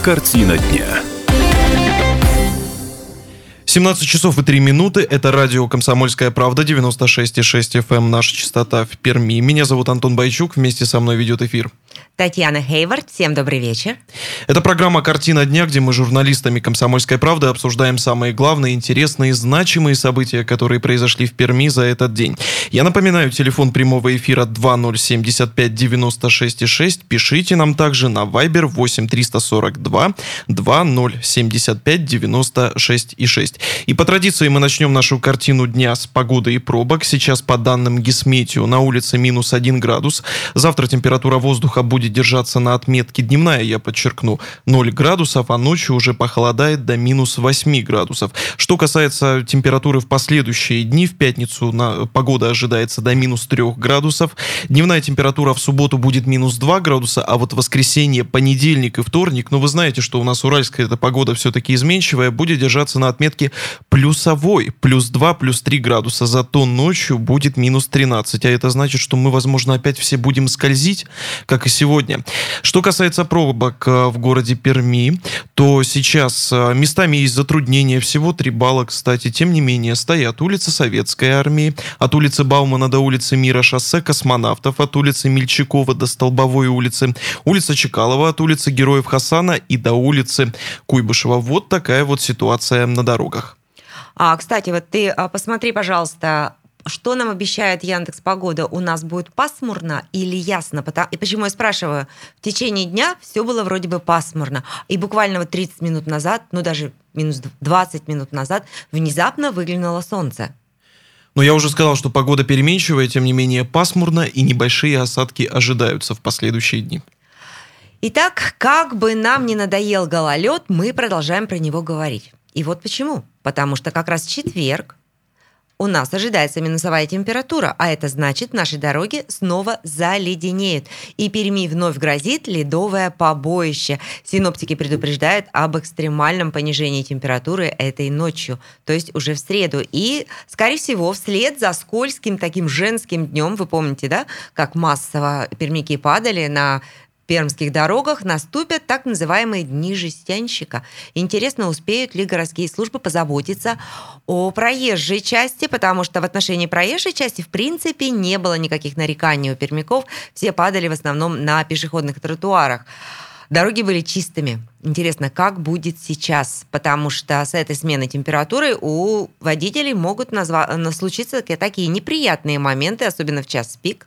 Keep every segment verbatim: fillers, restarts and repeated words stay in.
Картина дня. семнадцать часов и три минуты. Это радио «Комсомольская правда», девяносто шесть и шесть эф эм, наша частота в Перми. Меня зовут Антон Бойчук, вместе со мной ведет эфир Татьяна Хейвард. Всем добрый вечер. Это программа «Картина дня», где мы с журналистами «Комсомольской правды» обсуждаем самые главные, интересные, значимые события, которые произошли в Перми за этот день. Я напоминаю, телефон прямого эфира два ноль семь пять девяносто шесть шесть. Пишите нам также на Viber восемь триста сорок два два ноль семь пять девяносто шесть шесть. И по традиции мы начнем нашу картину дня с погоды и пробок. Сейчас, по данным Гисметео, на улице минус один градус. Завтра температура воздуха будет держаться на отметке дневная, я подчеркну, ноль градусов, а ночью уже похолодает до минус восемь градусов. Что касается температуры в последующие дни, в пятницу на, погода ожидается до минус три градусов. Дневная температура в субботу будет минус два градуса, а вот воскресенье, понедельник и вторник, ну вы знаете, что у нас уральская эта погода все-таки изменчивая, будет держаться на отметке плюсовой, плюс два, плюс три градуса, зато ночью будет минус тринадцать, а это значит, что мы, возможно, опять все будем скользить, как и сегодня. Что касается пробок в городе Перми, то сейчас местами есть затруднения, всего три балла, кстати, тем не менее, стоят улица Советской Армии, от улицы Баумана до улицы Мира шоссе Космонавтов, от улицы Мельчакова до Столбовой улицы, улица Чекалова от улицы Героев Хасана и до улицы Куйбышева. Вот такая вот ситуация на дорогах. А, кстати, вот ты а, посмотри, пожалуйста, что нам обещает Яндекс.Погода? У нас будет пасмурно или ясно? И почему я спрашиваю? В течение дня все было вроде бы пасмурно. И буквально вот тридцать минут назад, ну даже минус двадцать минут назад, внезапно выглянуло солнце. Но я уже сказал, что погода переменчивая, тем не менее пасмурно, и небольшие осадки ожидаются в последующие дни. Итак, как бы нам не надоел гололед, мы продолжаем про него говорить. И вот почему. Потому что как раз в четверг у нас ожидается минусовая температура, а это значит, наши дороги снова заледенеют. И Перми вновь грозит ледовое побоище. Синоптики предупреждают об экстремальном понижении температуры этой ночью, то есть уже в среду. И, скорее всего, вслед за скользким таким женским днем, вы помните, да, как массово пермяки падали на пермских дорогах, наступят так называемые дни жестянщика. Интересно, успеют ли городские службы позаботиться о проезжей части, потому что в отношении проезжей части в принципе не было никаких нареканий у пермяков, все падали в основном на пешеходных тротуарах. Дороги были чистыми. Интересно, как будет сейчас, потому что с этой сменой температуры у водителей могут назва- случиться такие неприятные моменты, особенно в час пик,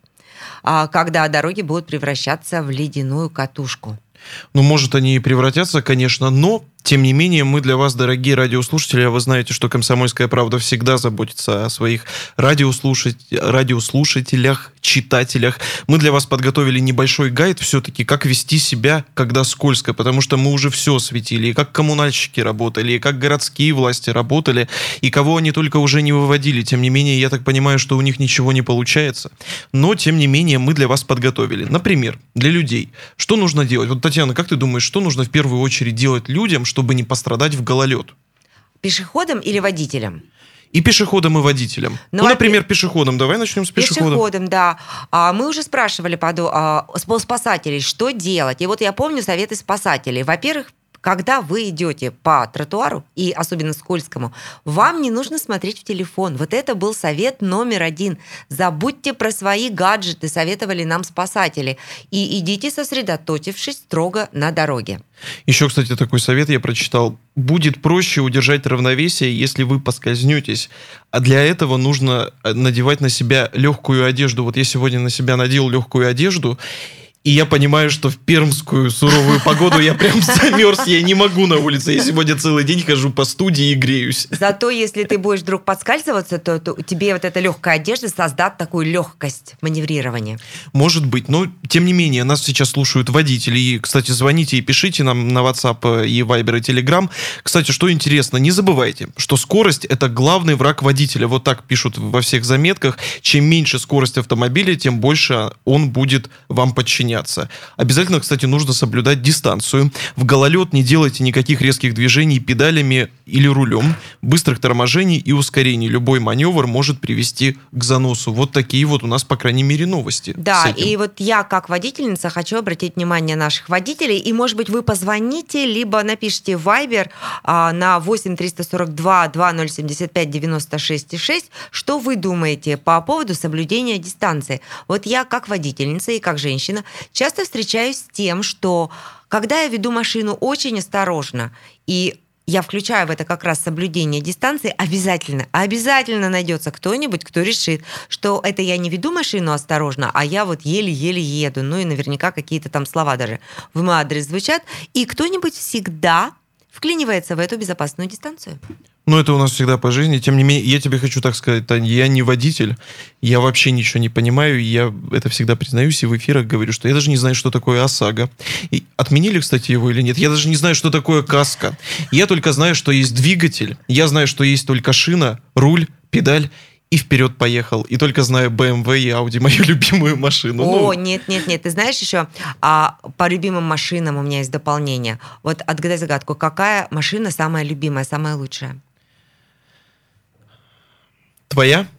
когда дороги будут превращаться в ледяную катушку. Ну, может, они и превратятся, конечно, но, тем не менее, мы для вас, дорогие радиослушатели, а вы знаете, что «Комсомольская правда» всегда заботится о своих радиослушатель... радиослушателях, читателях. Мы для вас подготовили небольшой гайд все-таки, как вести себя, когда скользко, потому что мы уже все осветили, и как коммунальщики работали, и как городские власти работали, и кого они только уже не выводили. Тем не менее, я так понимаю, что у них ничего не получается. Но, тем не менее, мы для вас подготовили. Например, для людей. Что нужно делать? Вот, Татьяна, как ты думаешь, что нужно в первую очередь делать людям, чтобы не пострадать в гололед? Пешеходам или водителям? И пешеходам, и водителям. Ну, ну, например, пешеходам. Давай начнем с пешеходом. Пешеходам, да. А, мы уже спрашивали поду, а, спасателей, что делать. И вот я помню советы спасателей. Во-первых, когда вы идете по тротуару, и особенно скользкому, вам не нужно смотреть в телефон. Вот это был совет номер один. Забудьте про свои гаджеты, советовали нам спасатели. И идите, сосредоточившись строго на дороге. Еще, кстати, такой совет я прочитал. Будет проще удержать равновесие, если вы поскользнетесь. А для этого нужно надевать на себя легкую одежду. Вот я сегодня на себя надел легкую одежду, и я понимаю, что в пермскую суровую погоду я прям замерз, я не могу на улице. Я сегодня целый день хожу по студии и греюсь. Зато если ты будешь вдруг подскальзываться, то, то тебе вот эта легкая одежда создаст такую легкость маневрирования. Может быть, но тем не менее, нас сейчас слушают водители. И, кстати, звоните и пишите нам на WhatsApp и Viber и Telegram. Кстати, что интересно, не забывайте, что скорость – это главный враг водителя. Вот так пишут во всех заметках. Чем меньше скорость автомобиля, тем больше он будет вам подчиняться. меняться. Обязательно, кстати, нужно соблюдать дистанцию. В гололед не делайте никаких резких движений педалями или рулем, быстрых торможений и ускорений. Любой маневр может привести к заносу. Вот такие вот у нас, по крайней мере, новости. Да, и вот я, как водительница, хочу обратить внимание наших водителей, и, может быть, вы позвоните, либо напишите в Viber а, на восемь триста сорок два двадцать ноль семьдесят пять девяносто шесть шесть, что вы думаете по поводу соблюдения дистанции. Вот я, как водительница и как женщина, часто встречаюсь с тем, что когда я веду машину очень осторожно, и я включаю в это как раз соблюдение дистанции, обязательно, обязательно найдется кто-нибудь, кто решит, что это я не веду машину осторожно, а я вот еле-еле еду, ну и наверняка какие-то там слова даже в мой адрес звучат, и кто-нибудь всегда вклинивается в эту безопасную дистанцию. Ну, это у нас всегда по жизни. Тем не менее, я тебе хочу так сказать, Таня, я не водитель, я вообще ничего не понимаю, я это всегда признаюсь и в эфирах говорю, что я даже не знаю, что такое ОСАГО. И отменили, кстати, его или нет? Я даже не знаю, что такое каска. Я только знаю, что есть двигатель, я знаю, что есть только шина, руль, педаль, и вперед поехал. И только знаю бэ эм вэ и Audi, мою любимую машину. О, ну... нет, нет, нет. Ты знаешь еще, а, по любимым машинам у меня есть дополнение. Вот отгадай загадку. Какая машина самая любимая, самая лучшая? Твоя?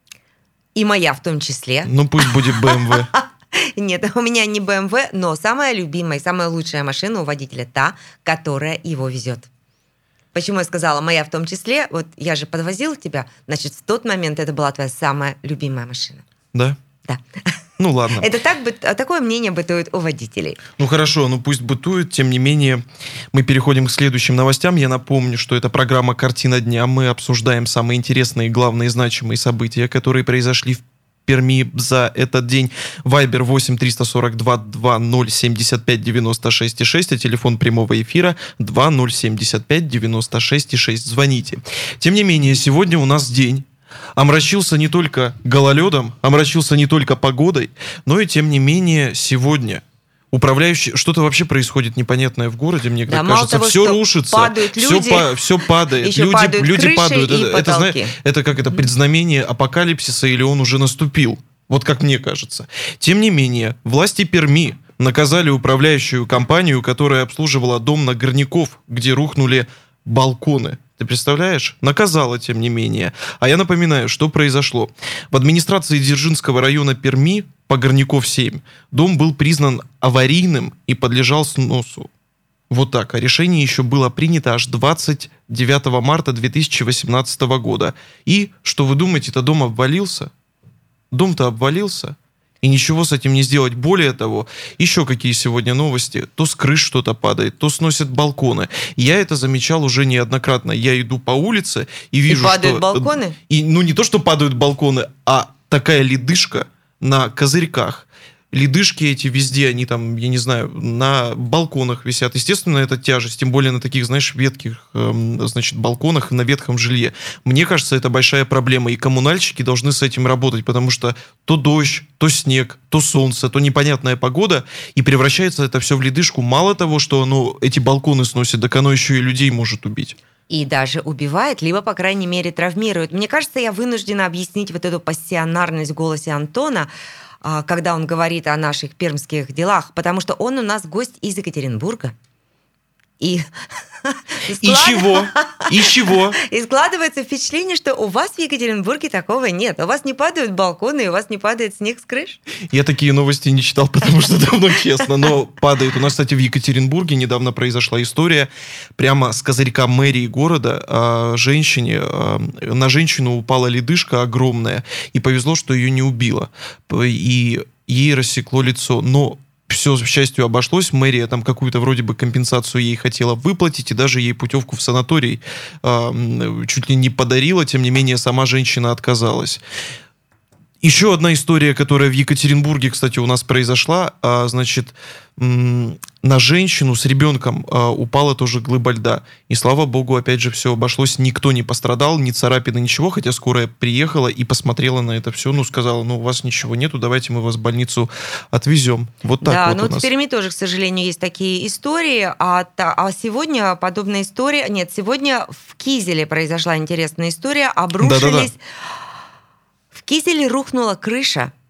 И моя в том числе. Ну, пусть будет бэ эм вэ. Нет, у меня не бэ эм вэ, но самая любимая, самая лучшая машина у водителя та, которая его везет. Почему я сказала «моя в том числе»? Вот я же подвозила тебя, значит, в тот момент это была твоя самая любимая машина. Да? Да. Ну, ладно. Это так, такое мнение бытует у водителей. Ну, хорошо, ну пусть бытует. Тем не менее, мы переходим к следующим новостям. Я напомню, что это программа «Картина дня». Мы обсуждаем самые интересные, главные, значимые события, которые произошли в Перми за этот день. Вайбер восемь триста сорок два двадцать ноль семьдесят пять девяносто шесть шесть, а телефон прямого эфира двадцать ноль семьдесят пять девяносто шесть шесть. Звоните. Тем не менее, сегодня у нас день омрачился не только гололедом, омрачился не только погодой, но и, тем не менее, сегодня управляющий... Что-то вообще происходит непонятное в городе, мне да, кажется. Того, все рушится. Падают люди, все, па- все падает. Еще люди падают люди падают. И это, это, знаешь, это как это предзнамение апокалипсиса, или он уже наступил? Вот как мне кажется. Тем не менее, власти Перми наказали управляющую компанию, которая обслуживала дом на Горняков, где рухнули балконы. Ты представляешь? Наказала, тем не менее. А я напоминаю, что произошло. В администрации Дзержинского района Перми по Горняков семь дом был признан аварийным и подлежал сносу. Вот так. А решение еще было принято аж двадцать девятого марта две тысячи восемнадцатого года. И, что вы думаете, это дом обвалился? Дом-то обвалился. И ничего с этим не сделать. Более того, еще какие сегодня новости. То с крыш что-то падает, то сносят балконы. Я это замечал уже неоднократно. Я иду по улице и вижу, что... И падают что... балконы? И, ну, не то, что падают балконы, а такая ледышка на козырьках. Ледышки эти везде, они там, я не знаю, на балконах висят. Естественно, это тяжесть, тем более на таких, знаешь, ветких, э, значит, балконах и на ветхом жилье. Мне кажется, это большая проблема, и коммунальщики должны с этим работать, потому что то дождь, то снег, то солнце, то непонятная погода, и превращается это все в ледышку. Мало того, что оно эти балконы сносит, так оно еще и людей может убить. И даже убивает, либо, по крайней мере, травмирует. Мне кажется, я вынуждена объяснить вот эту пассионарность в голосе Антона, когда он говорит о наших пермских делах, потому что он у нас гость из Екатеринбурга. И, и чего? И чего? И складывается впечатление, что у вас в Екатеринбурге такого нет. У вас не падают балконы, и у вас не падает снег с крыш. Я такие новости не читал, потому что давно, честно, но падает. У нас, кстати, в Екатеринбурге недавно произошла история. Прямо с козырька мэрии города женщине, на женщину упала ледышка огромная, и повезло, что ее не убило. И ей рассекло лицо. Но все, к счастью, обошлось. Мэрия там какую-то вроде бы компенсацию ей хотела выплатить, и даже ей путевку в санаторий э, чуть ли не подарила. Тем не менее, сама женщина отказалась. Еще одна история, которая в Екатеринбурге, кстати, у нас произошла. А, значит, м- на женщину с ребенком а, упала тоже глыба льда. И, слава богу, опять же, все обошлось. Никто не пострадал, ни царапины, ничего. Хотя скорая приехала и посмотрела на это все. Ну, сказала, ну, у вас ничего нету, давайте мы вас в больницу отвезем. Вот так да, вот ну у вот нас. в Перми тоже, к сожалению, есть такие истории. А, а сегодня подобная история... Нет, сегодня в Кизеле произошла интересная история. Обрушились... Да-да-да. В Кизеле рухнула крыша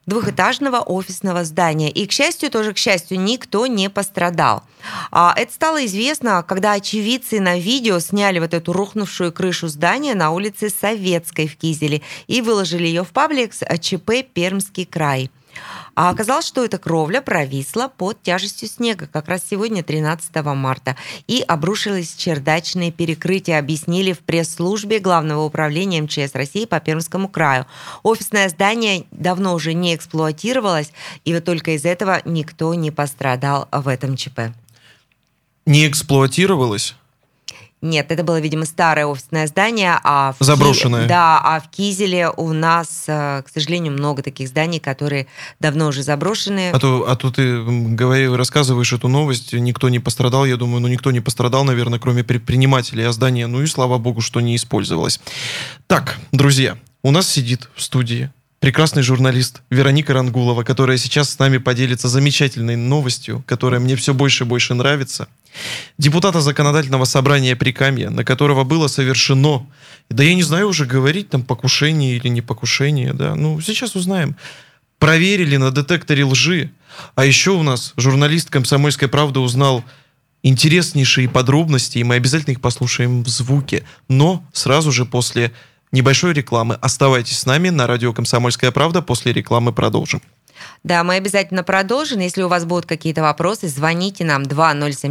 двухэтажного офисного здания. И, к счастью, тоже к счастью, никто не пострадал. Это стало известно, когда очевидцы на видео сняли вот эту рухнувшую крышу здания на улице Советской в Кизеле и выложили ее в паблик ЧП «Пермский край». А оказалось, что эта кровля провисла под тяжестью снега как раз сегодня, тринадцатого марта, и обрушилось чердачные перекрытия, объяснили в пресс-службе Главного управления МЧС России по Пермскому краю. Офисное здание давно уже не эксплуатировалось, и вот только из этого никто не пострадал в этом ЧП. Не эксплуатировалось? Нет, это было, видимо, старое офисное здание. А в Заброшенное. Ки... Да, а в Кизеле у нас, к сожалению, много таких зданий, которые давно уже заброшены. А то, а то ты говори, рассказываешь эту новость, никто не пострадал, я думаю, ну никто не пострадал, наверное, кроме предпринимателей, а здание, ну и слава богу, что не использовалось. Так, друзья, у нас сидит в студии прекрасный журналист Вероника Рангулова, которая сейчас с нами поделится замечательной новостью, которая мне все больше и больше нравится. Депутата Законодательного собрания Прикамья, на которого было совершено, да я не знаю уже говорить, там покушение или не покушение, да, ну сейчас узнаем, проверили на детекторе лжи. А еще у нас журналист «Комсомольской правды» узнал интереснейшие подробности, и мы обязательно их послушаем в звуке, но сразу же после небольшой рекламы. Оставайтесь с нами на радио «Комсомольская правда», после рекламы продолжим. Да, мы обязательно продолжим. Если у вас будут какие-то вопросы, звоните нам два ноль семь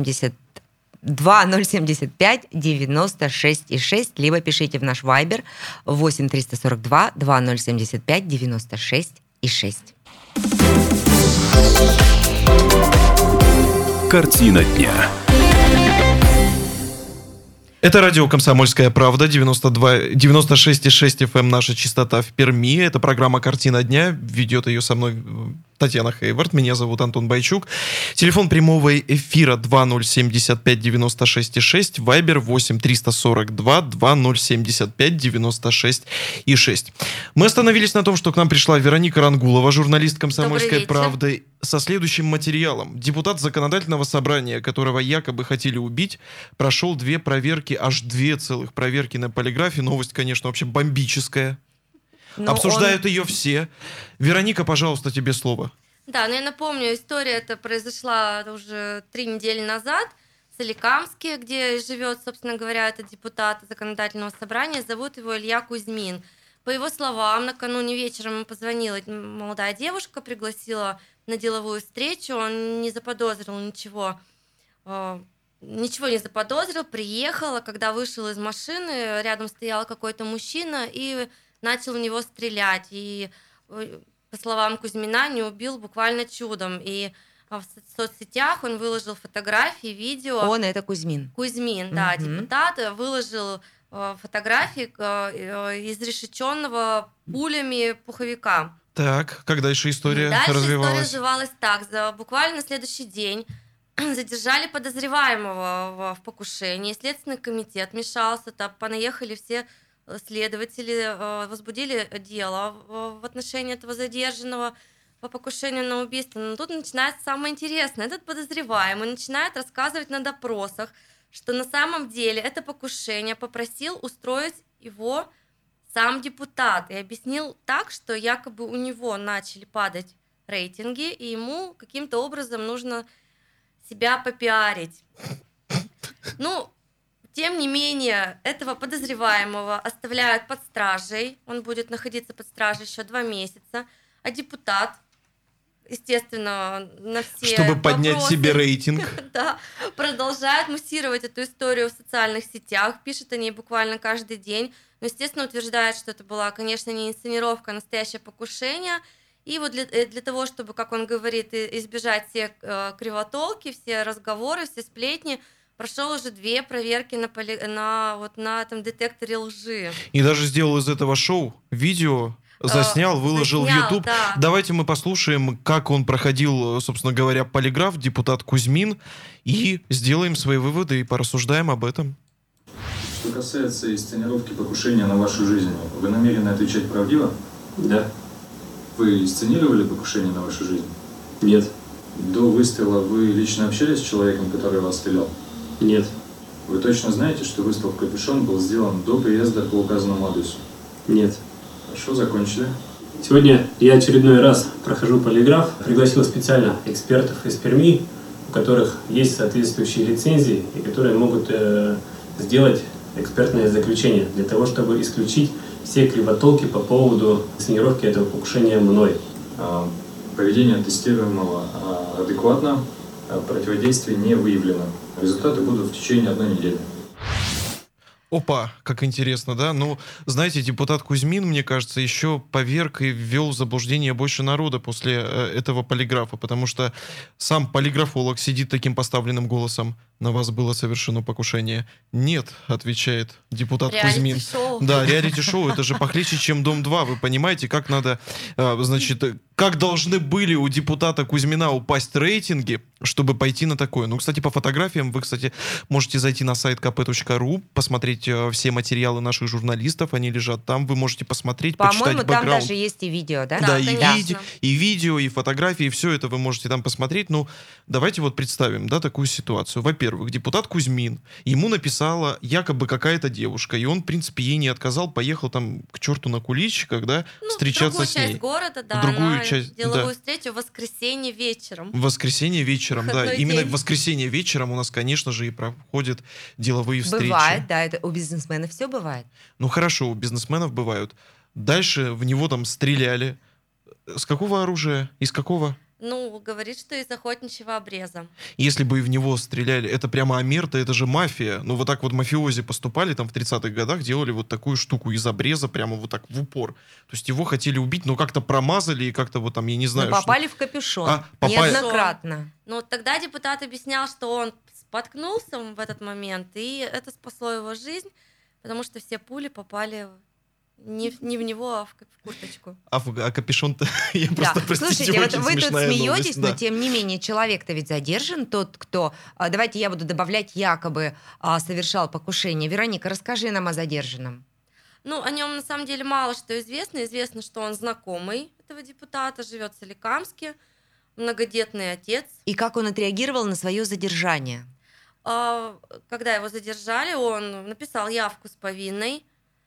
пять девяносто шесть шесть, либо пишите в наш Viber восемь триста сорок два два ноль семь пять девяносто шесть шесть. Картина дня. Это радио «Комсомольская правда», девяносто два, девяносто шесть и шесть эф эм, наша частота в Перми. Это программа «Картина дня». Ведет ее со мной Татьяна Хейвард. Меня зовут Антон Байчук. Телефон прямого эфира два ноль семь пять девяносто шесть шесть. Вайбер восемь триста сорок два два ноль семь пять девяносто шесть шесть. Мы остановились на том, что к нам пришла Вероника Рангулова, журналист «Комсомольской правды», со следующим материалом. Депутат Законодательного собрания, которого якобы хотели убить, прошел две проверки, аж две целых проверки на полиграфе. Новость, конечно, вообще бомбическая. Но обсуждают он... ее все. Вероника, пожалуйста, тебе слово. Да, но я напомню, история эта произошла уже три недели назад в Соликамске, где живет, собственно говоря, этот депутат Законодательного собрания. Зовут его Илья Кузьмин. По его словам, накануне вечером ему позвонила молодая девушка, пригласила на деловую встречу. Он не заподозрил ничего, ничего не заподозрил, приехал, а когда вышел из машины, рядом стоял какой-то мужчина и начал в него стрелять. И, по словам Кузьмина, не убил буквально чудом. И в соцсетях он выложил фотографии, видео. Он это Кузьмин. Кузьмин, да, угу. Депутат, выложил фотографии изрешеченного пулями пуховика. Так, как дальше история дальше развивалась? Дальше история развивалась так. За буквально на следующий день задержали подозреваемого в покушении. Следственный комитет вмешался, там понаехали все следователи, возбудили дело в отношении этого задержанного по покушению на убийство. Но тут начинается самое интересное. Этот подозреваемый начинает рассказывать на допросах, что на самом деле это покушение попросил устроить его сам депутат. И объяснил так, что якобы у него начали падать рейтинги, и ему каким-то образом нужно себя попиарить. Ну, тем не менее, этого подозреваемого оставляют под стражей. Он будет находиться под стражей еще два месяца. А депутат, естественно, на все Чтобы вопросы, поднять себе рейтинг. Да, продолжает муссировать эту историю в социальных сетях, пишет о ней буквально каждый день. Но, естественно, утверждает, что это была, конечно, не инсценировка, а настоящее покушение. И вот для, для того, чтобы, как он говорит, избежать все э, кривотолки, все разговоры, все сплетни, прошел уже две проверки на, поли... на, вот, на этом детекторе лжи. И даже сделал из этого шоу видео, заснял, выложил заснял, в YouTube. Да. Давайте мы послушаем, как он проходил, собственно говоря, полиграф, депутат Кузьмин, и сделаем свои выводы и порассуждаем об этом. Что касается инсценировки покушения на вашу жизнь, вы намерены отвечать правдиво? Да. Вы инсценировали покушение на вашу жизнь? Нет. До выстрела вы лично общались с человеком, который вас стрелял? Нет. Вы точно знаете, что выстрел в капюшон был сделан до приезда по указанному адресу? Нет. Хорошо, закончили. Сегодня я очередной раз прохожу полиграф. Пригласил специально экспертов из Перми, у которых есть соответствующие лицензии и которые могут э, сделать экспертное заключение для того, чтобы исключить все кривотолки по поводу инсценировки этого покушения мной. Поведение тестируемого адекватно, противодействие не выявлено. Результаты будут в течение одной недели. Опа, как интересно, да? Ну, знаете, депутат Кузьмин, мне кажется, еще поверг и ввел в заблуждение больше народа после э, этого полиграфа, потому что сам полиграфолог сидит таким поставленным голосом: на вас было совершено покушение. Нет, отвечает депутат Кузьмин. Реалити-шоу. Да, реалити-шоу, это же похлеще, чем Дом-два. Вы понимаете, как надо, э, значит, как должны были у депутата Кузьмина упасть рейтинги, чтобы пойти на такое. Ну, кстати, по фотографиям вы, кстати, можете зайти на сайт ка пэ точка ру, посмотреть э, все материалы наших журналистов, они лежат там, вы можете посмотреть, По-моему, почитать там бэкграунд. даже есть и видео, да? Да, Да, и, конечно. виде- и видео, и фотографии, все это вы можете там посмотреть. Ну, давайте вот представим, да, такую ситуацию. Во-первых, депутат Кузьмин, ему написала якобы какая-то девушка, и он, в принципе, ей не отказал, поехал там к черту на куличиках, да, Ну, встречаться в другую с часть ней. города, да, В другую на часть, деловую да. встречу в воскресенье вечером. В воскресенье вечером, да. Выходной Именно день. в воскресенье вечером у нас, конечно же, и проходят деловые встречи. Бывает, да, это у бизнесменов все бывает. Ну хорошо, у бизнесменов бывают. Дальше в него там стреляли. С какого оружия? Из какого? Ну, говорит, что из охотничьего обреза. Если бы и в него стреляли, это прямо омерта, это же мафия. Ну вот так вот мафиози поступали там в тридцатых годах, делали вот такую штуку из обреза прямо вот так в упор. То есть его хотели убить, но как-то промазали и как-то вот там, я не знаю. Но что- попали в капюшон. А, попали- Неоднократно. Но тогда депутат объяснял, что он споткнулся в этот момент, и это спасло его жизнь, потому что все пули попали не, в- не в него, а в, ка- в курточку. А, в- а капюшон-то, я Да. просто, простите, Слушайте, вот очень вы тут смешная смеетесь, новость, но да. тем не менее человек-то ведь задержан, тот, кто, а, давайте я буду добавлять, якобы а, совершал покушение. Вероника, расскажи нам о задержанном. Ну, о нем на самом деле мало что известно. Известно, что он знакомый этого депутата, живет в Соликамске, многодетный отец. И как он отреагировал на свое задержание? А, Когда его задержали, он написал явку с повинной,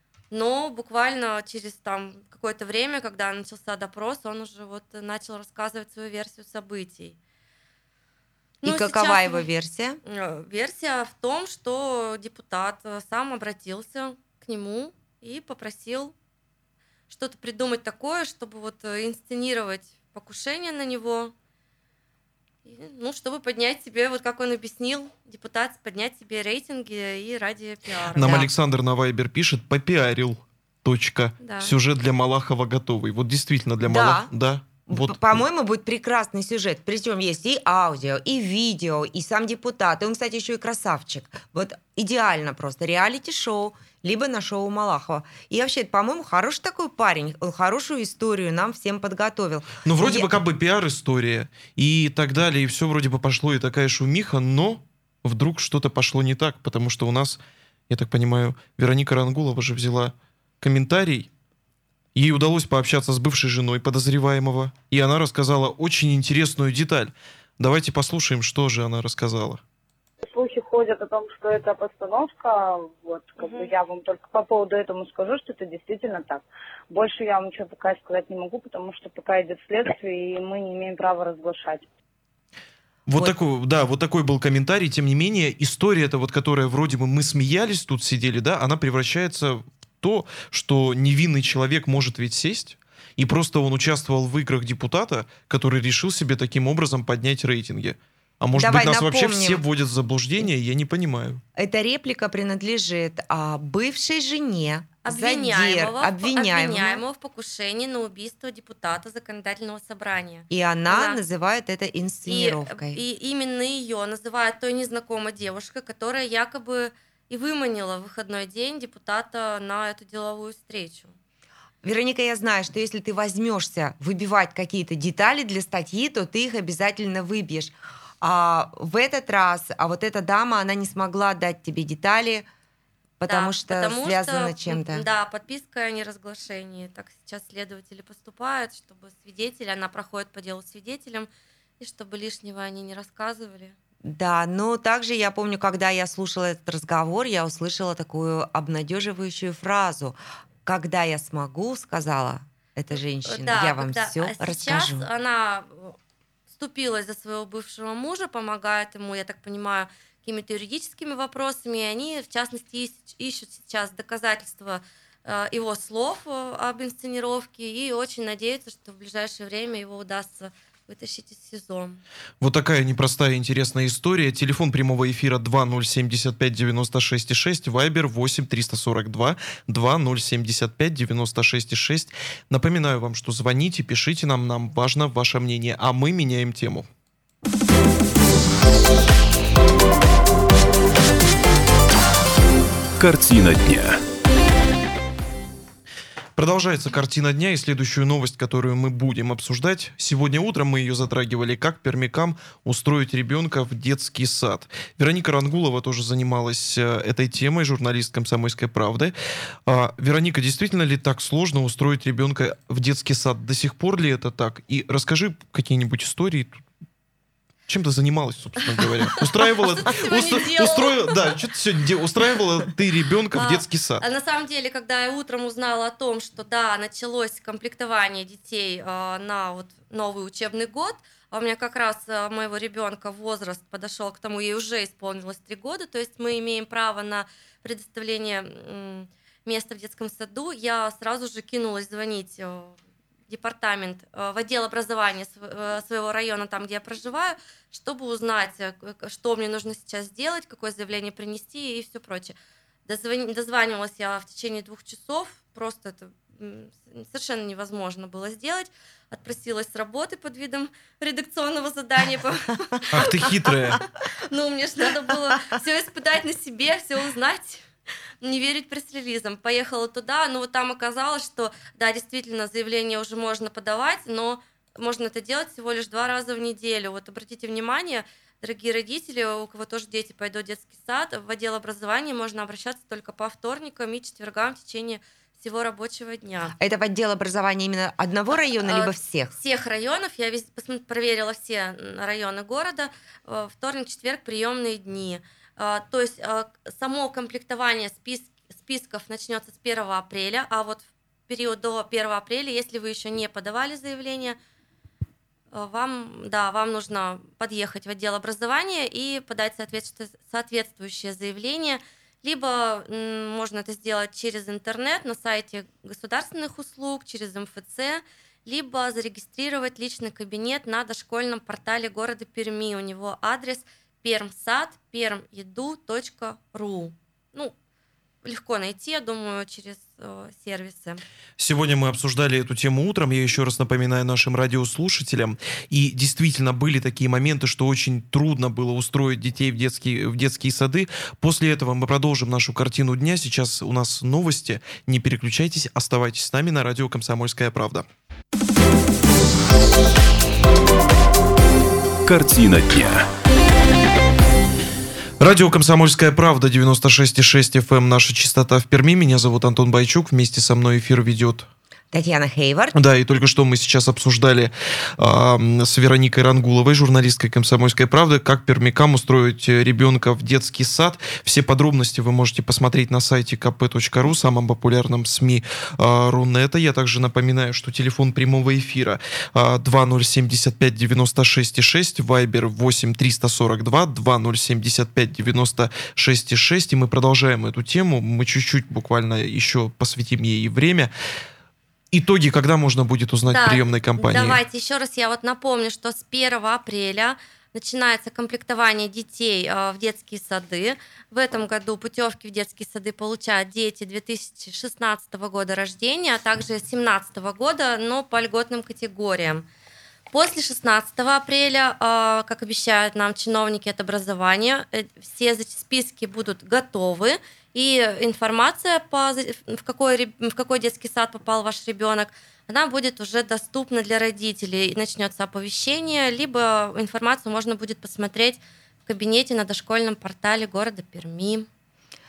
но буквально через там какое-то время, когда начался допрос, он уже вот начал рассказывать свою версию событий. И Ну, какова сейчас его в- версия? э, Версия в том, что депутат э, сам обратился к нему и попросил что-то придумать такое, чтобы вот э, инсценировать покушение на него. И, ну, чтобы поднять себе, вот как он объяснил, депутат, поднять себе рейтинги и ради пиара. Нам Да. Александр на Вайбер пишет: попиарил. Точка. Да. Сюжет для Малахова готовый. Вот действительно для Да. Малахова. Да. Вот. П- По-моему, будет прекрасный сюжет. Причем есть и аудио, и видео, и сам депутат. И он, кстати, еще и красавчик. Вот идеально просто. Реалити-шоу, либо на шоу Малахова. И вообще, по-моему, хороший такой парень. Он хорошую историю нам всем подготовил. Ну, вроде Я- бы как бы пиар-история и так далее, и все вроде бы пошло, и такая шумиха, но вдруг что-то пошло не так, потому что у нас, я так понимаю, Вероника Рангулова же взяла комментарий. Ей удалось пообщаться с бывшей женой подозреваемого, и она рассказала очень интересную деталь. Давайте послушаем, что же она рассказала. Слухи ходят о том, что это постановка. Вот, как бы я вам только по поводу этого скажу, что это действительно так. Больше я вам ничего пока сказать не могу, потому что пока идет следствие, и мы не имеем права разглашать. Вот, Вот. такой, да, вот такой был комментарий. Тем не менее, история эта вот, которая вроде бы мы смеялись, тут сидели, да, она превращается в то, что невинный человек может ведь сесть, и просто он участвовал в играх депутата, который решил себе таким образом поднять рейтинги. А может Давай быть, нас вообще напомним. все вводят в заблуждение, я не понимаю. Эта реплика принадлежит а, бывшей жене Обвиняемого, задер- обвиняемого. обвиняемого в покушении на убийство депутата законодательного собрания. И она Она- называет это И, инсценировкой. и именно ее называют той незнакомой девушкой, которая якобы и выманила в выходной день депутата на эту деловую встречу. Вероника, я знаю, что если ты возьмешься выбивать какие-то детали для статьи, то ты их обязательно выбьешь. А в этот раз, а вот эта дама, она не смогла дать тебе детали, потому Да, что потому связано что, чем-то. м, Да, подписка о неразглашении. Так сейчас следователи поступают, чтобы свидетели, она проходит по делу свидетелям, и чтобы лишнего они не рассказывали. Да, но также я помню, когда я слушала этот разговор, я услышала такую обнадеживающую фразу. «Когда я смогу», сказала эта женщина. Да, Я вам когда- все а сейчас расскажу. она вступилась за своего бывшего мужа, помогает ему, я так понимаю, какими-то юридическими вопросами, и они, в частности, ищ- ищут сейчас доказательства э, его слов э, об инсценировке, и очень надеются, что в ближайшее время его удастся вытащить из СИЗО. Вот такая непростая интересная история. Телефон прямого эфира два ноль семь пять девяносто шесть шесть, Вайбер восемь триста сорок два два ноль семь пять девяносто шесть шесть. Напоминаю вам, что звоните, пишите нам, нам важно ваше мнение, а мы меняем тему. Картина дня. Продолжается картина дня, и следующую новость, которую мы будем обсуждать. Сегодня утром мы ее затрагивали, как пермякам устроить ребенка в детский сад. Вероника Рангулова тоже занималась э, этой темой, журналист «Комсомольской правды». А, Вероника, действительно ли так сложно устроить ребенка в детский сад? До сих пор ли это так? И расскажи какие-нибудь истории. Чем ты занималась, собственно говоря? Устраивала, Что ты сегодня устро- делала? устроила- да, что ты сегодня де- устраивала ты ребенка в А, детский сад? А на самом деле, когда я утром узнала о том, что да, началось комплектование детей э, на вот новый учебный год, а у меня как раз э, моего ребенка возраст подошел к тому, ей уже исполнилось три года, то есть мы имеем право на предоставление м, места в детском саду, я сразу же кинулась звонить э, в департамент, э, в отдел образования св- э, своего района, там, где я проживаю, чтобы узнать, э, к- что мне нужно сейчас сделать, какое заявление принести и все прочее. Дозвони- Дозванивалась я в течение двух часов, просто это м, совершенно невозможно было сделать. Отпросилась с работы под видом редакционного задания. Ах ты хитрая. Ну, мне же надо было все испытать на себе, все узнать, не верить пресс-релизам. Поехала туда, но вот там оказалось, что, да, действительно, заявление уже можно подавать, но можно это делать всего лишь два раза в неделю. Вот обратите внимание, дорогие родители, у кого тоже дети пойдут в детский сад, в отдел образования можно обращаться только по вторникам и четвергам в течение всего рабочего дня. Это в отдел образования именно одного района, А, либо всех? Всех районов, я вез- посмо- проверила все районы города, э, вторник, четверг, приемные дни. А, То есть а, к- само комплектование спис- списков начнется с первого апреля, а вот в период до первого апреля, если вы еще не подавали заявление, э, вам, да, вам нужно подъехать в отдел образования и подать соответству- соответствующее заявление. Либо м, можно это сделать через интернет на сайте государственных услуг, через эм эф цэ, либо зарегистрировать личный кабинет на дошкольном портале города Перми. У него адрес пермсад пермеду точка ру. Ну, легко найти, я думаю, через э, сервисы. Сегодня мы обсуждали эту тему утром, я еще раз напоминаю нашим радиослушателям, и действительно были такие моменты, что очень трудно было устроить детей в детские, в детские сады. После этого мы продолжим нашу картину дня. Сейчас у нас новости. Не переключайтесь, оставайтесь с нами на радио «Комсомольская правда». Картина дня. Радио «Комсомольская правда», девяносто шесть и шесть эф эм, наша частота в Перми. Меня зовут Антон Байчук. Вместе со мной эфир ведет... Татьяна Хейвард. Да, и только что мы сейчас обсуждали э, с Вероникой Рангуловой, журналисткой «Комсомольской правды», как пермякам устроить ребенка в детский сад. Все подробности вы можете посмотреть на сайте ка пэ точка ру, самом популярном СМИ э, Рунета. Я также напоминаю, что телефон прямого эфира э, два ноль семь пять девяносто шесть шесть, Вайбер восемь триста сорок два два ноль семь пять девяносто шесть шесть. И мы продолжаем эту тему. Мы чуть-чуть буквально еще посвятим ей время. Итоги, когда можно будет узнать Да, в приемной кампании? Давайте еще раз я вот напомню, что с первого апреля начинается комплектование детей э, в детские сады. В этом году путевки в детские сады получают дети две тысячи шестнадцатого года рождения, а также две тысячи семнадцатого года, но по льготным категориям. После шестнадцатого апреля, э, как обещают нам чиновники от образования, э, все за- списки будут готовы, и информация, по, за- в, какой, ре- в какой детский сад попал ваш ребенок, она будет уже доступна для родителей. И начнется оповещение, либо информацию можно будет посмотреть в кабинете на дошкольном портале города Перми.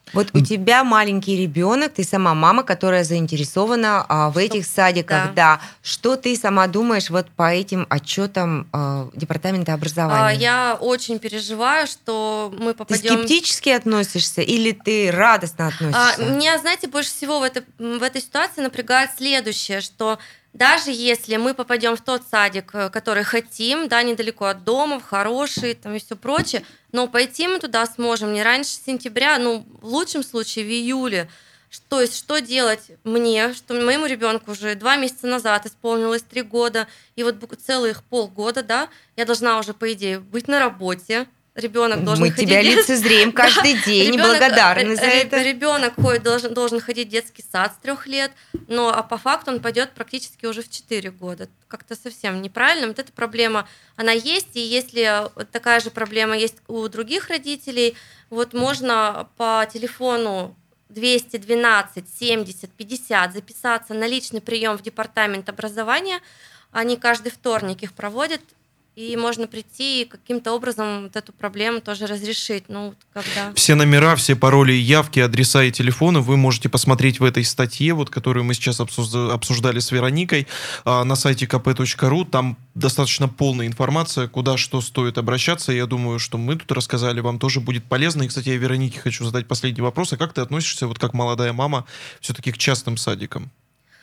Вот у тебя маленький ребенок, ты сама мама, которая заинтересована а, в этих садиках. Да. Да. Что ты сама думаешь вот по этим отчетам а, Департамента образования? А, Я очень переживаю, что мы Ты попадем... скептически относишься или ты радостно А, относишься? Меня, знаете, больше всего в, это, в этой ситуации напрягает следующее, что даже если мы попадем в тот садик, э, который хотим, да, недалеко от дома, в хороший, там и все прочее, но пойти мы туда сможем не раньше сентября, ну, в лучшем случае в июле. Ш- То есть, что делать мне, что моему ребенку уже два месяца назад исполнилось три года, и вот бу- целых полгода, да, я должна уже, по идее, быть на работе. Ребенок должен Мы ходить... тебя лицезреем каждый день, Ребёнок, благодарны за э, э, это. Ребенок ходит, должен, должен ходить в детский сад с трех лет, но а по факту он пойдет практически уже в четыре года. Как-то совсем неправильно. Вот эта проблема, она есть, и если вот такая же проблема есть у других родителей, вот можно по телефону двести двенадцать семьдесят пятьдесят записаться на личный прием в департамент образования. Они каждый вторник их проводят, и можно прийти и каким-то образом вот эту проблему тоже разрешить. Ну, вот когда... Все номера, все пароли, явки, адреса и телефоны вы можете посмотреть в этой статье, вот, которую мы сейчас обсужда- обсуждали с Вероникой, а, на сайте ка пэ точка ру. Там достаточно полная информация, куда что стоит обращаться. Я думаю, что мы тут рассказали, вам тоже будет полезно. И, кстати, я Веронике хочу задать последний вопрос. А как ты относишься, вот как молодая мама, все-таки к частным садикам?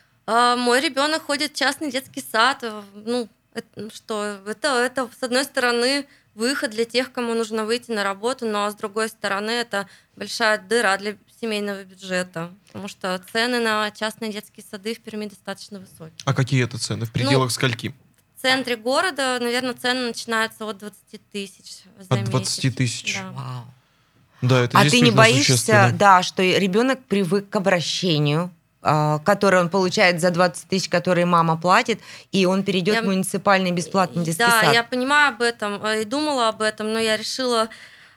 А, Мой ребенок ходит в частный детский сад. э, Ну, это, что это, это, с одной стороны, выход для тех, кому нужно выйти на работу, но с другой стороны, это большая дыра для семейного бюджета, потому что цены на частные детские сады в Перми достаточно высокие. А какие это цены? В пределах скольки? В центре города, наверное, цены начинаются от двадцати тысяч за От двадцати месяц. тысяч. Да. Вау. Да, это А ты не действительно боишься, существенно. да, что ребенок привык к обращению, а, который он получает за двадцать тысяч, которые мама платит, и он перейдет Я- в муниципальный бесплатный детский Да, сад? я понимаю об этом э, и думала об этом, но я решила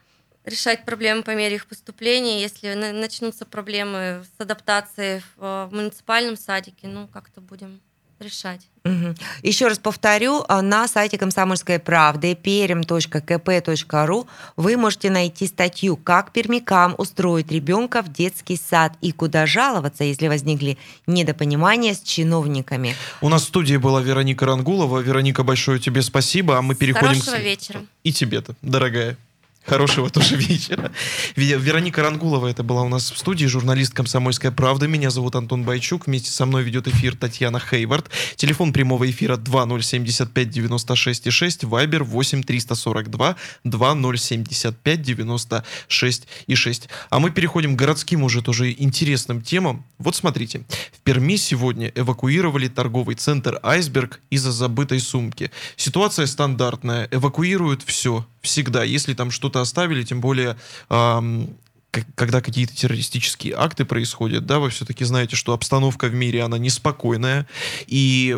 решать проблемы по мере их поступления. Если на- начнутся проблемы с адаптацией в, э, в муниципальном садике, ну, как-то будем решать. Мгм. Еще раз повторю, а, на сайте «Комсомольской правды» пермь точка ка пэ точка ру вы можете найти статью «Как пермякам устроить ребенка в детский сад» и куда жаловаться, если возникли недопонимания с чиновниками. У нас в студии была Вероника Рангулова. Вероника, большое тебе спасибо. А мы переходим... Хорошего к... вечера. И тебе-то, дорогая. Хорошего тоже вечера. Ве- Вероника Рангулова, это была у нас в студии, журналист «Комсомольской правды». Меня зовут Антон Байчук. Вместе со мной ведет эфир Татьяна Хейвард. Телефон прямого эфира два ноль семьдесят пять девяносто шесть шесть, вайбер восемь триста сорок два два ноль семьдесят пять девяносто шесть шесть. А мы переходим к городским уже тоже интересным темам. Вот смотрите, в Перми сегодня эвакуировали торговый центр «Айсберг» из-за забытой сумки. Ситуация стандартная. Эвакуируют все. Всегда. Если там что-то оставили, тем более... ам, к- когда какие-то террористические акты происходят, да, вы все-таки знаете, что обстановка в мире, она неспокойная, и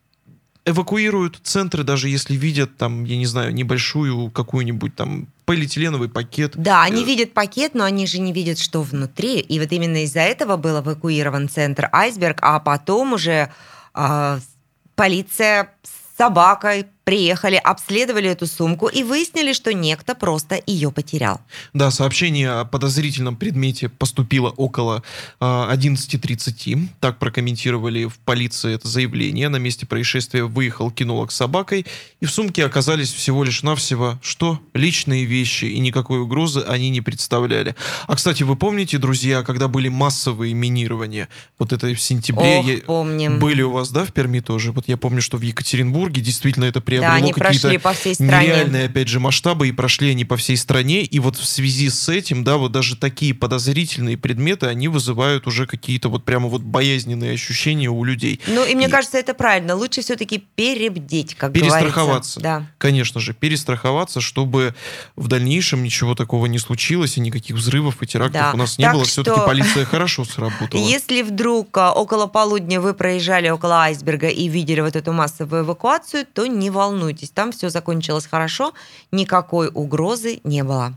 эвакуируют центры, даже если видят там, я не знаю, небольшую какую-нибудь там полиэтиленовый пакет. Да, они Э, видят пакет, но они же не видят, что внутри. И вот именно из-за этого был эвакуирован центр «Айсберг», а потом уже а, полиция с собакой приехали, обследовали эту сумку и выяснили, что некто просто ее потерял. Да, сообщение о подозрительном предмете поступило около а, одиннадцати тридцати. Так прокомментировали в полиции это заявление. На месте происшествия выехал кинолог с собакой, и в сумке оказались всего лишь навсего, что личные вещи, и никакой угрозы они не представляли. А, кстати, вы помните, друзья, когда были массовые минирования? Вот это в сентябре. Ох, я- помним. Были у вас, да, в Перми тоже? Вот я помню, что в Екатеринбурге действительно это приобрело Да, они какие-то прошли по всей стране. нереальные, опять же, масштабы, и прошли они по всей стране. И вот в связи с этим, да, вот даже такие подозрительные предметы, они вызывают уже какие-то вот прямо вот боязненные ощущения у людей. Ну, и мне И- кажется, это правильно. Лучше все-таки перебдеть, как Перестраховаться. говорится. Да. Конечно же, перестраховаться, чтобы в дальнейшем ничего такого не случилось, и никаких взрывов и терактов Да. у нас не Так было. что- Все-таки полиция хорошо сработала. Если вдруг а, около полудня вы проезжали около «Айсберга» и видели вот эту массовую эвакуацию, то не волнуйтесь, там все закончилось хорошо, никакой угрозы не было.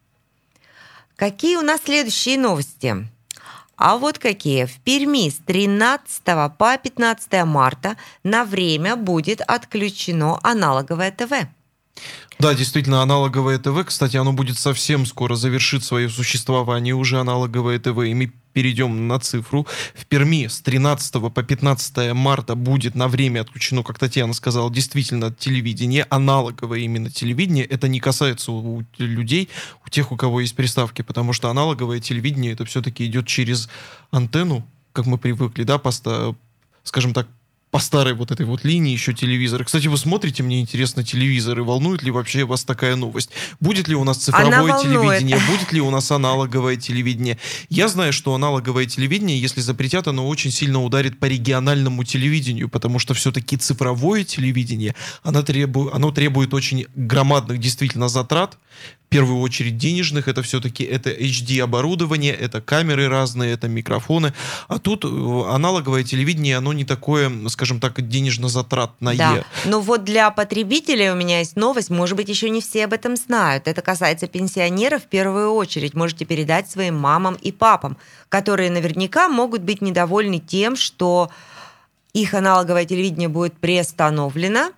Какие у нас следующие новости? А вот какие. В Перми с тринадцатого по пятнадцатое марта на время будет отключено аналоговое ТВ. Да, действительно, аналоговое ТВ, кстати, оно будет совсем скоро завершить свое существование, уже аналоговое ТВ, и мы перейдем на цифру. В Перми с тринадцатого по пятнадцатое марта будет на время отключено, как Татьяна сказала, действительно телевидение, аналоговое именно телевидение. Это не касается у людей, у тех, у кого есть приставки, потому что аналоговое телевидение, это все-таки идет через антенну, как мы привыкли, да, поста, скажем так, по старой вот этой вот линии еще телевизоры. Кстати, вы смотрите, мне интересно, телевизоры. Волнует ли вообще вас такая новость? Будет ли у нас цифровое телевидение? Будет ли у нас аналоговое телевидение? Я знаю, что аналоговое телевидение, если запретят, оно очень сильно ударит по региональному телевидению, потому что все-таки цифровое телевидение, оно требует, оно требует очень громадных действительно затрат. В первую очередь денежных, это все-таки это эйч ди оборудование, это камеры разные, это микрофоны. А тут аналоговое телевидение, оно не такое, скажем так, денежно-затратное. Да. Но вот для потребителей у меня есть новость, может быть, еще не все об этом знают. Это касается пенсионеров в первую очередь. Можете передать своим мамам и папам, которые наверняка могут быть недовольны тем, что их аналоговое телевидение будет приостановлено,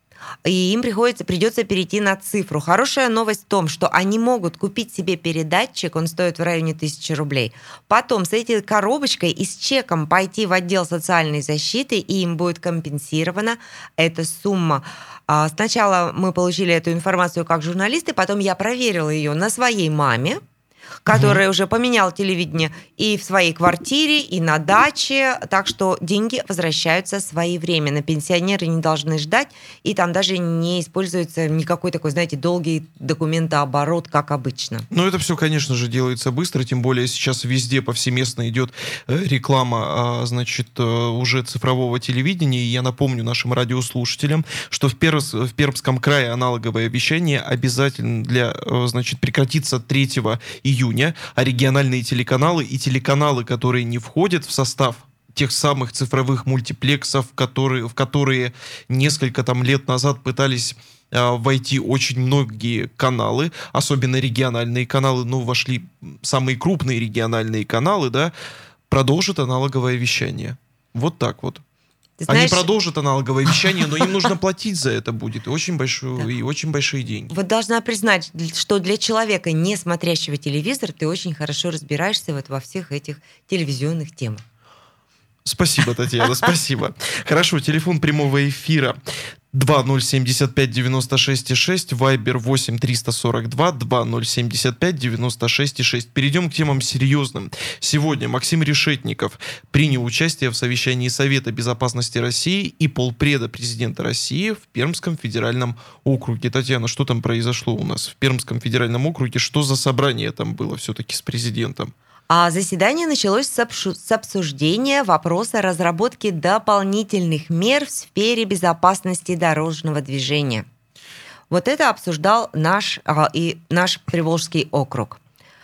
и им приходится, придется перейти на цифру. Хорошая новость в том, что они могут купить себе передатчик, он стоит в районе тысячи рублей, потом с этой коробочкой и с чеком пойти в отдел социальной защиты, и им будет компенсирована эта сумма. Сначала мы получили эту информацию как журналисты, потом я проверила ее на своей маме, которая угу. уже поменяла телевидение и в своей квартире, и на даче, так что деньги возвращаются своевременно. Пенсионеры не должны ждать, и там даже не используется никакой такой, знаете, долгий документооборот, как обычно. Ну, это все, конечно же, делается быстро, тем более сейчас везде повсеместно идет реклама, значит, уже цифрового телевидения, и я напомню нашим радиослушателям, что в, Перс, в Пермском крае аналоговое вещание обязательно для, значит, прекратится третьего июня, а региональные телеканалы и телеканалы, которые не входят в состав тех самых цифровых мультиплексов, которые, в которые несколько там лет назад пытались э, войти очень многие каналы, особенно региональные каналы, ну, вошли самые крупные региональные каналы, да, продолжат аналоговое вещание. Вот так вот. Знаешь, они продолжат аналоговое вещание, но им нужно платить за это будет. И очень, большую, и очень большие деньги. Вот должна признать, что для человека, не смотрящего телевизор, ты очень хорошо разбираешься вот во всех этих телевизионных темах. Спасибо, Татьяна, спасибо. Хорошо, телефон прямого эфира два ноль семь пять девять шесть шесть, Вайбер восемь триста сорок два два ноль семь пять девять шесть шесть. Перейдем к темам серьезным. Сегодня Максим Решетников принял участие в совещании Совета безопасности России и полпреда президента России в Пермском федеральном округе. Татьяна, что там произошло у нас в Пермском федеральном округе? Что за собрание там было все-таки с президентом? А заседание началось с обсуждения вопроса разработки дополнительных мер в сфере безопасности дорожного движения. Вот это обсуждал наш, и наш Приволжский округ.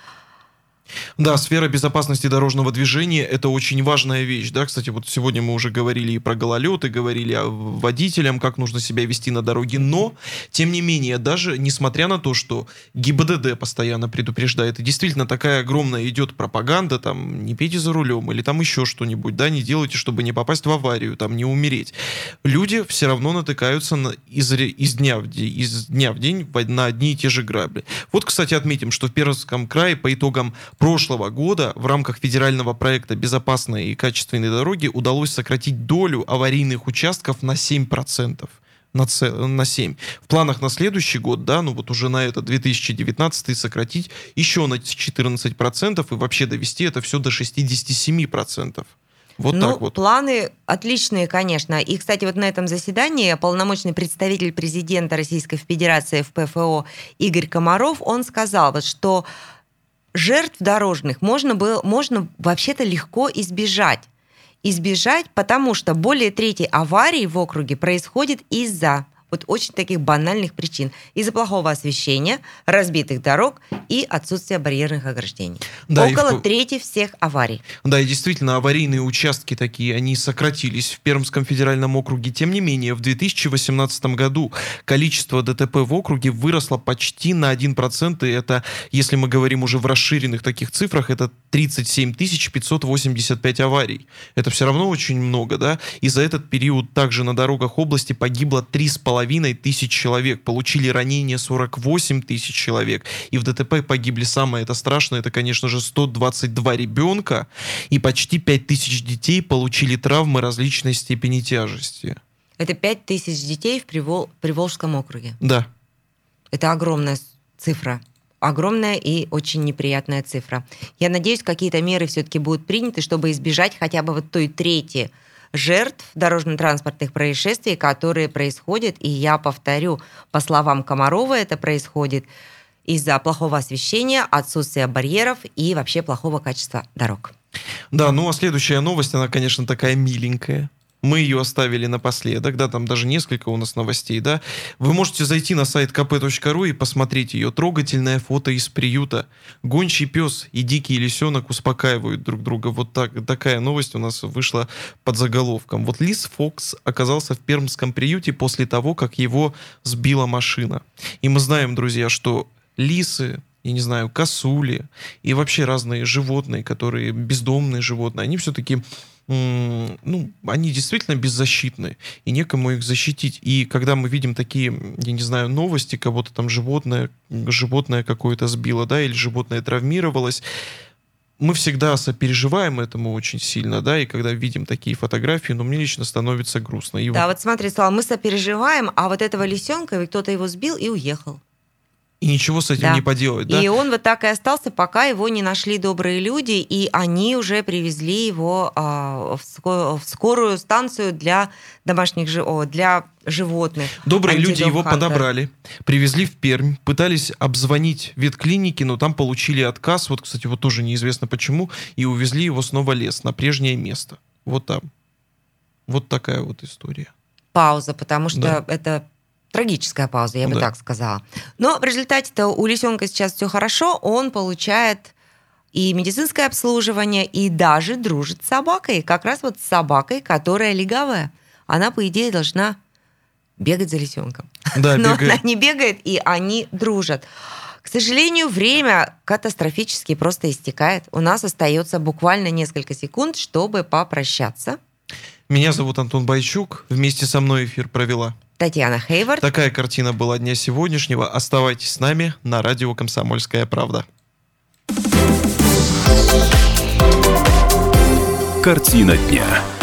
Да, сфера безопасности дорожного движения – это очень важная вещь. Да? Кстати, вот сегодня мы уже говорили и про гололед, и говорили о водителям, как нужно себя вести на дороге. Но, тем не менее, даже несмотря на то, что ГИБДД постоянно предупреждает, и действительно такая огромная идет пропаганда, там, не пейте за рулем, или там еще что-нибудь, да, не делайте, чтобы не попасть в аварию, там, не умереть. Люди все равно натыкаются на, из, из, дня в день, из дня в день на одни и те же грабли. Вот, кстати, отметим, что в Пермском крае по итогам прошлого года в рамках федерального проекта «Безопасные и качественные дороги» удалось сократить долю аварийных участков на семь процентов. На, ц... на семь. В планах на следующий год, да, ну вот уже на это две тысячи девятнадцатый сократить еще на четырнадцать процентов и вообще довести это все до шестьдесят семь процентов. Вот ну, так вот. Планы отличные, конечно. И, кстати, вот на этом заседании полномочный представитель президента Российской Федерации в ПФО Игорь Комаров, он сказал, вот, что жертв дорожных можно, было, можно вообще-то легко избежать. Избежать, потому что более трети аварий в округе происходит из-за вот очень таких банальных причин. Из-за плохого освещения, разбитых дорог и отсутствия барьерных ограждений. Да, Около в... трети всех аварий. Да, и действительно, аварийные участки такие, они сократились в Пермском федеральном округе. Тем не менее, в две тысячи восемнадцатом году количество ДТП в округе выросло почти на один процент. И это, если мы говорим уже в расширенных таких цифрах, это тридцать семь тысяч пятьсот восемьдесят пять аварий. Это все равно очень много, да? И за этот период также на дорогах области погибло три с половиной половиной тысяч человек, получили ранения сорок восемь тысяч человек, и в ДТП погибли, самое это страшное, это, конечно же, сто двадцать два ребенка, и почти пять тысяч детей получили травмы различной степени тяжести. Это пять тысяч детей в Привол... Приволжском округе. Да. Это огромная цифра. Огромная и очень неприятная цифра. Я надеюсь, какие-то меры все-таки будут приняты, чтобы избежать хотя бы вот той трети жертв дорожно-транспортных происшествий, которые происходят. И я повторю, по словам Комарова, это происходит из-за плохого освещения, отсутствия барьеров и вообще плохого качества дорог. Да, ну а следующая новость, она, конечно, такая миленькая. Мы ее оставили напоследок, да, там даже несколько у нас новостей, да. Вы можете зайти на сайт ка пэ точка ру и посмотреть ее. Трогательное фото из приюта. Гончий пес и дикий лисенок успокаивают друг друга. Вот так, такая новость у нас вышла под заголовком. Вот лис Фокс оказался в пермском приюте после того, как его сбила машина. И мы знаем, друзья, что лисы, я не знаю, косули и вообще разные животные, которые бездомные животные, они все-таки... ну, они действительно беззащитны, и некому их защитить. И когда мы видим такие, я не знаю, новости, кого-то там животное, животное какое-то сбило, да, или животное травмировалось, мы всегда сопереживаем этому очень сильно, да, и когда видим такие фотографии, ну, мне лично становится грустно. И да, вот... вот смотри, Слава, мы сопереживаем, а вот этого лисенка, кто-то его сбил и уехал. И ничего с этим да. не поделать, да? И он вот так и остался, пока его не нашли добрые люди, и они уже привезли его а, в скорую станцию для домашних животных, для животных. Добрые люди его Hunter. подобрали, привезли в Пермь, пытались обзвонить ветклиники, но там получили отказ, вот, кстати, вот тоже неизвестно почему, и увезли его снова в лес, на прежнее место. Вот там. Вот такая вот история. Пауза, потому что да. это... Трагическая пауза, я бы да. так сказала. Но в результате-то у лисенка сейчас все хорошо, он получает и медицинское обслуживание, и даже дружит с собакой. Как раз вот с собакой, которая легавая. Она, по идее, должна бегать за лисенком. Да, но бегает. она не бегает, и они дружат. К сожалению, время катастрофически просто истекает. У нас остается буквально несколько секунд, чтобы попрощаться. Меня зовут Антон Бойчук. Вместе со мной эфир провела Татьяна Хейвард. Такая картина была дня сегодняшнего. Оставайтесь с нами на радио «Комсомольская правда». Картина дня.